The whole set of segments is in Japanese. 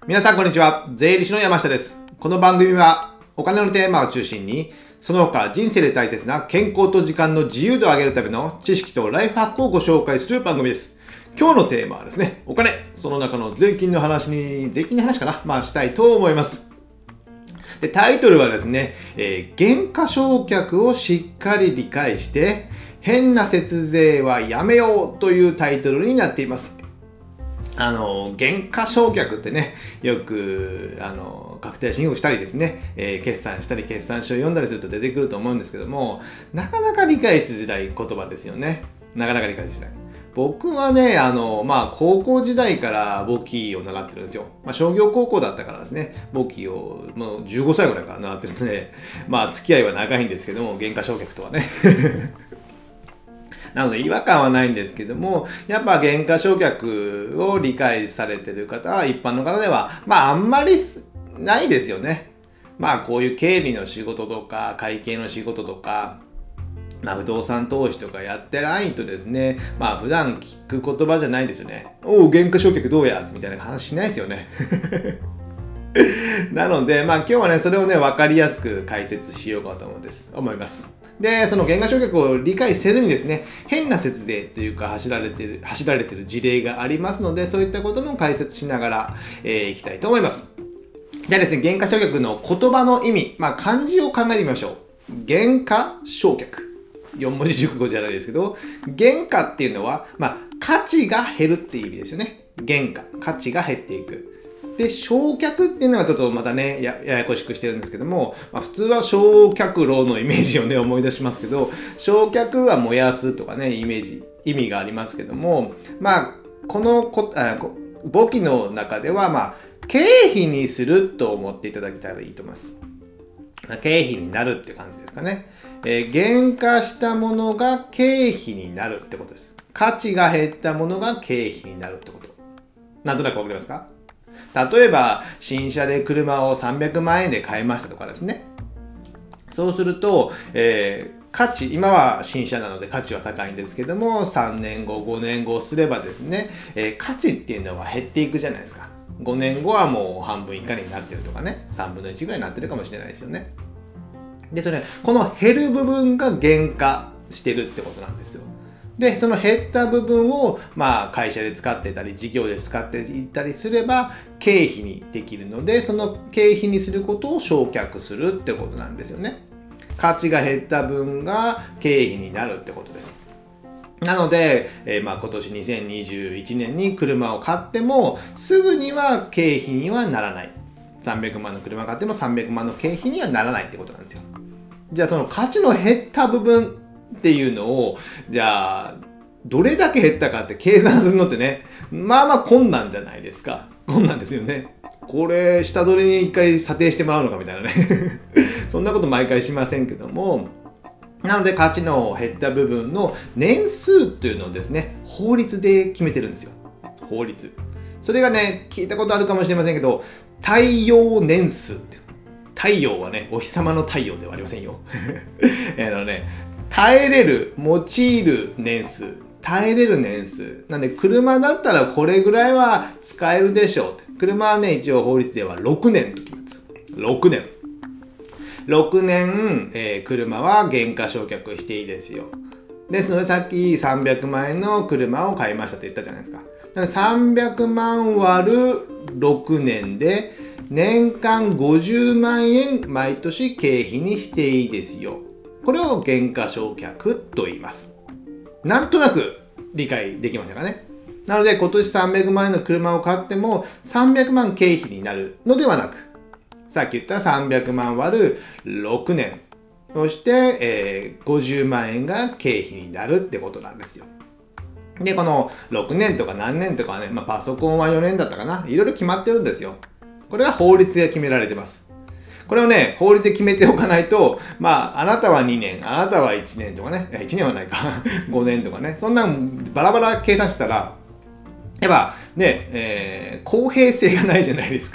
皆さんこんにちは。税理士の山下です。この番組はお金のテーマを中心に、その他人生で大切な健康と時間の自由度を上げるための知識とライフハックをご紹介する番組です。今日のテーマはですね、お金。その中の税金の話かなしたいと思います。で、タイトルはですね、減価償却をしっかり理解して、変な節税はやめようというタイトルになっています。減価償却ってね、よく、確定申告したりですね、決算したり、決算書を読んだりすると出てくると思うんですけども、なかなか理解しづらい言葉ですよね。なかなか理解しづらい。僕はね、高校時代から簿記を習ってるんですよ。商業高校だったからですね、簿記をもう15歳ぐらいから習ってるので、付き合いは長いんですけども、減価償却とはね。なので違和感はないんですけども、やっぱ減価償却を理解されている方は、一般の方では、あんまりないですよね。こういう経理の仕事とか、会計の仕事とか、不動産投資とかやってないとですね、普段聞く言葉じゃないですよね。減価償却どうやみたいな話しないですよね。なので、今日はね、それをね、わかりやすく解説しようかと思います。で、その減価償却を理解せずにですね、変な節税というか走られてる事例がありますので、そういったことも解説しながら、いきたいと思います。じゃあですね、減価償却の言葉の意味、漢字を考えてみましょう。減価償却。4文字熟語じゃないですけど、減価っていうのは、価値が減るっていう意味ですよね。減価。価値が減っていく。で、償却っていうのがちょっとまたね、ややこしくしてるんですけども、普通は焼却炉のイメージをね、思い出しますけど、焼却は燃やすとかね、意味がありますけども、この簿記の中では、経費にすると思っていただけたらいいと思います。経費になるって感じですかね。減価したものが経費になるってことです。価値が減ったものが経費になるってこと。なんとなくわかりますか？例えば、新車で車を300万円で買いましたとかですね。そうすると、今は新車なので価値は高いんですけども、3年後、5年後すればですね、価値っていうのは減っていくじゃないですか。5年後はもう半分以下になってるとかね、3分の1ぐらいになってるかもしれないですよね。で、この減る部分が減価してるってことなんですよ。で、その減った部分を、会社で使ってたり、事業で使っていったりすれば、経費にできるので、その経費にすることを償却するってことなんですよね。価値が減った分が経費になるってことです。なので、今年2021年に車を買っても、すぐには経費にはならない。300万の車を買っても300万の経費にはならないってことなんですよ。じゃあその価値の減った部分っていうのを、じゃあ、どれだけ減ったかって計算するのってね、困難じゃないですか。困難ですよね。これ、下取りに一回査定してもらうのかみたいなね。そんなこと毎回しませんけども、なので価値の減った部分の年数っていうのをですね、法律で決めてるんですよ。法律。それがね、聞いたことあるかもしれませんけど、太陽年数って。太陽はね、お日様の太陽ではありませんよ。耐えれる、用いる年数。耐えれる年数。なんで、車だったらこれぐらいは使えるでしょう。車はね、一応法律では6年と決めます。6年。6年、車は減価償却していいですよ。ですので、さっき300万円の車を買いましたって言ったじゃないですか。だから300万割る6年で、年間50万円毎年経費にしていいですよ。これを減価償却と言います。なんとなく理解できましたかね。なので今年300万円の車を買っても300万経費になるのではなく、さっき言った300万割る6年。そして、50万円が経費になるってことなんですよ。で、この6年とか何年とかはね、パソコンは4年だったかな。いろいろ決まってるんですよ。これが法律で決められてます。これをね、法律で決めておかないと、あなたは2年、あなたは1年とかね、1年はないか、5年とかね、そんなんバラバラ計算してたら、やっぱね、公平性がないじゃないですか。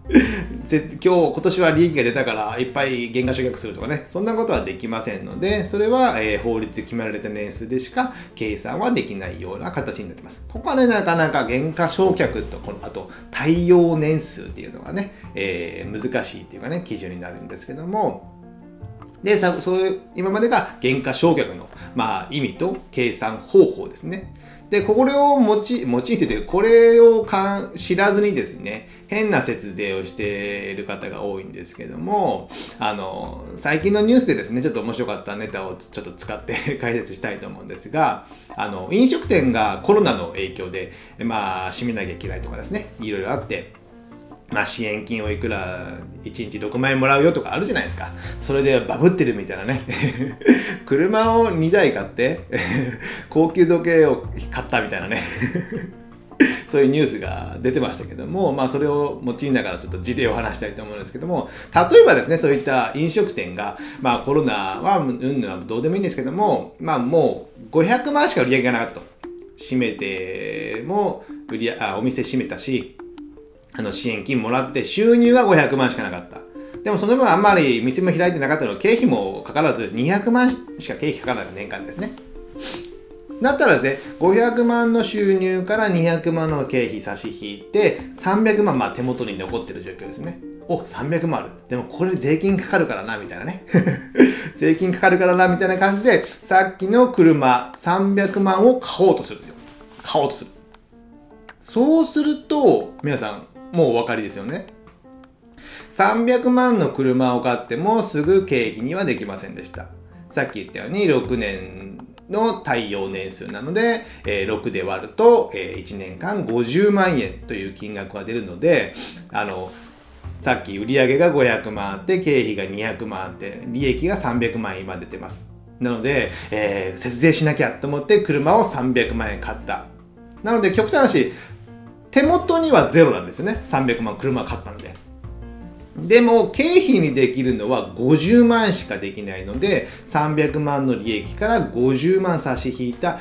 今年は利益が出たからいっぱい減価償却するとかね、そんなことはできませんので、それは、法律で決められた年数でしか計算はできないような形になってます。ここはね、なかなか減価償却と、あと耐用年数っていうのがね、難しいっていうかね、基準になるんですけども、で、そういう、今までが減価償却の、意味と計算方法ですね。で、これを用いてて、これを知らずにですね、変な節税をしている方が多いんですけども、最近のニュースでですね、ちょっと面白かったネタをちょっと使って解説したいと思うんですが、飲食店がコロナの影響で、閉めなきゃいけないとかですね、いろいろあって、支援金をいくら1日6万円もらうよとかあるじゃないですか。それでバブってるみたいなね。車を2台買って高級時計を買ったみたいなね。そういうニュースが出てましたけども、それを用いながらちょっと事例を話したいと思うんですけども、例えばですね、そういった飲食店が、コロナはどうでもいいんですけども、もう500万しか売り上げがなかったと。閉めてもお店閉めたし、支援金もらって収入が500万しかなかった。でもその分あんまり店も開いてなかったので経費もかからず200万しか経費かからない年間ですね。だったらですね、500万の収入から200万の経費差し引いて300万手元に残ってる状況ですね。300万ある。でもこれ税金かかるからなみたいなね。税金かかるからなみたいな感じでさっきの車300万を買おうとするんですよ。買おうとする。そうすると皆さんもうお分かりですよね。300万の車を買ってもすぐ経費にはできませんでした。さっき言ったように6年の耐用年数なので、6で割ると、1年間50万円という金額が出るので、さっき売上が500万あって経費が200万あって利益が300万円今出てます。なので、節税しなきゃと思って車を300万円買った。なので極端な話、手元にはゼロなんですよね。300万車買ったんで。でも経費にできるのは50万しかできないので、300万の利益から50万差し引いた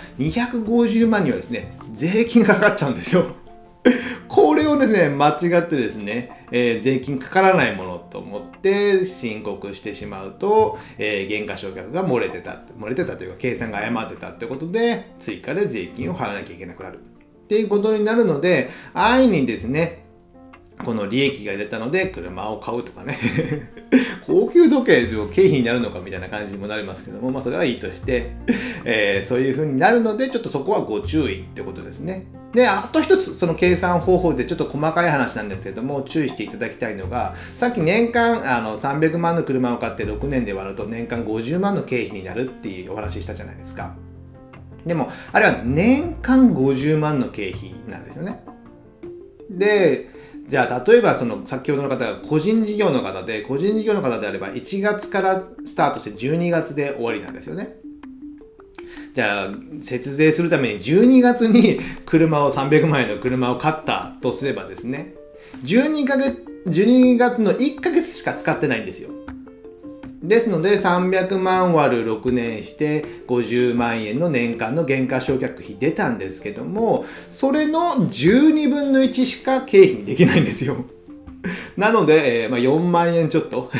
250万にはですね、税金がかかっちゃうんですよ。これをですね、間違ってですね、税金かからないものと思って申告してしまうと、減価償却が漏れてたというか計算が誤ってたということで、追加で税金を払わなきゃいけなくなるっていうことになるので、安易にですね、この利益が出たので車を買うとかね高級時計の経費になるのかみたいな感じにもなりますけども、それはいいとして、そういう風になるのでちょっとそこはご注意ってことですね。で、あと一つその計算方法でちょっと細かい話なんですけども、注意していただきたいのが、さっき年間300万の車を買って6年で割ると年間50万の経費になるっていうお話したじゃないですか。でもあれは年間50万の経費なんですよね。で、じゃあ例えばその先ほどの方が個人事業の方であれば1月からスタートして12月で終わりなんですよね。じゃあ節税するために12月に車を300万円の車を買ったとすればですね、12月の1ヶ月しか使ってないんですよ。ですので300万割る6年して50万円の年間の減価償却費出たんですけども、それの12分の1しか経費にできないんですよ。なので、4万円ちょっと。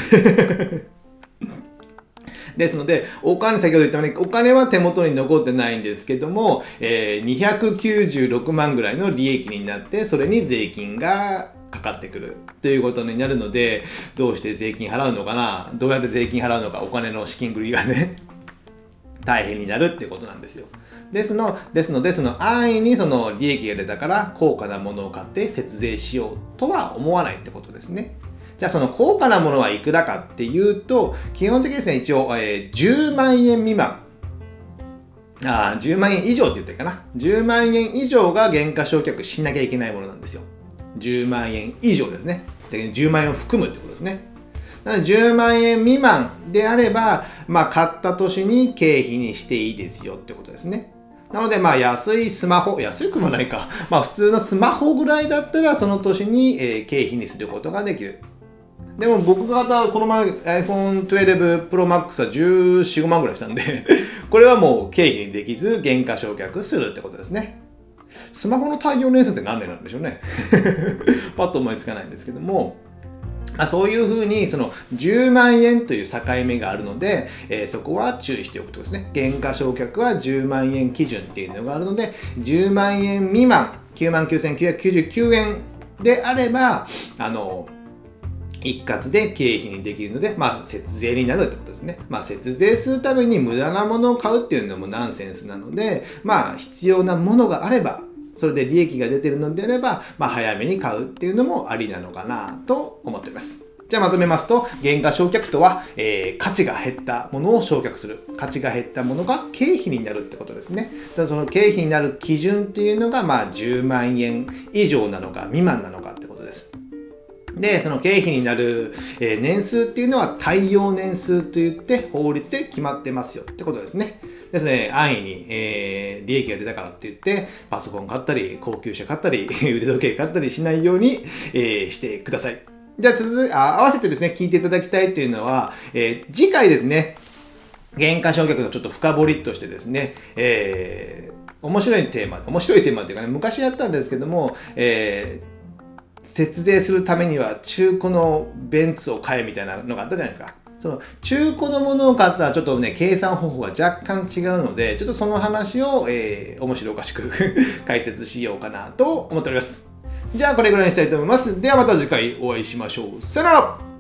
ですので、先ほど言ったように、お金は手元に残ってないんですけども、296万ぐらいの利益になって、それに税金がかかってくるということになるので、どうして税金払うのかな、どうやって税金払うのか、お金の資金繰りがね、大変になるってことなんですよ。ですので、その安易にその利益が出たから高価なものを買って節税しようとは思わないってことですね。じゃあその高価なものはいくらかっていうと、基本的にですね、一応、10万円未満。10万円以上って言ってるかな。10万円以上が減価償却しなきゃいけないものなんですよ。10万円以上ですね。で10万円を含むってことですね。なので10万円未満であれば、買った年に経費にしていいですよってことですね。なので、安いスマホ、安くもないか。普通のスマホぐらいだったら、その年に、経費にすることができる。でも僕が買ったこの前 iPhone 12 Pro Max は14、15万ぐらいしたんで、これはもう経費にできず減価償却するってことですね。スマホの耐用年数って何年なんでしょうね。パッと思いつかないんですけども、 そういうふうにその10万円という境目があるので、そこは注意しておくとですね。減価償却は10万円基準っていうのがあるので、10万円未満、99,999円であれば、一括で経費にできるので、節税になるってことですね。節税するために無駄なものを買うっていうのもナンセンスなので、必要なものがあれば、それで利益が出てるのであれば、早めに買うっていうのもありなのかなと思っています。じゃあまとめますと、減価償却とは、価値が減ったものを償却する。価値が減ったものが経費になるってことですね。その経費になる基準っていうのが、10万円以上なのか未満なのかってことです。で、その経費になる年数っていうのは耐用年数といって法律で決まってますよってことですね。ですね、安易に、利益が出たからって言って、パソコン買ったり、高級車買ったり、腕時計買ったりしないように、してください。じゃあ合わせてですね、聞いていただきたいというのは、次回ですね、減価償却のちょっと深掘りとしてですね、面白いテーマっていうかね、昔やったんですけども、節税するためには中古のベンツを買えみたいなのがあったじゃないですか。その中古のものを買ったらちょっとね、計算方法が若干違うので、ちょっとその話を、面白おかしく解説しようかなと思っております。じゃあこれぐらいにしたいと思います。ではまた次回お会いしましょう。さよなら。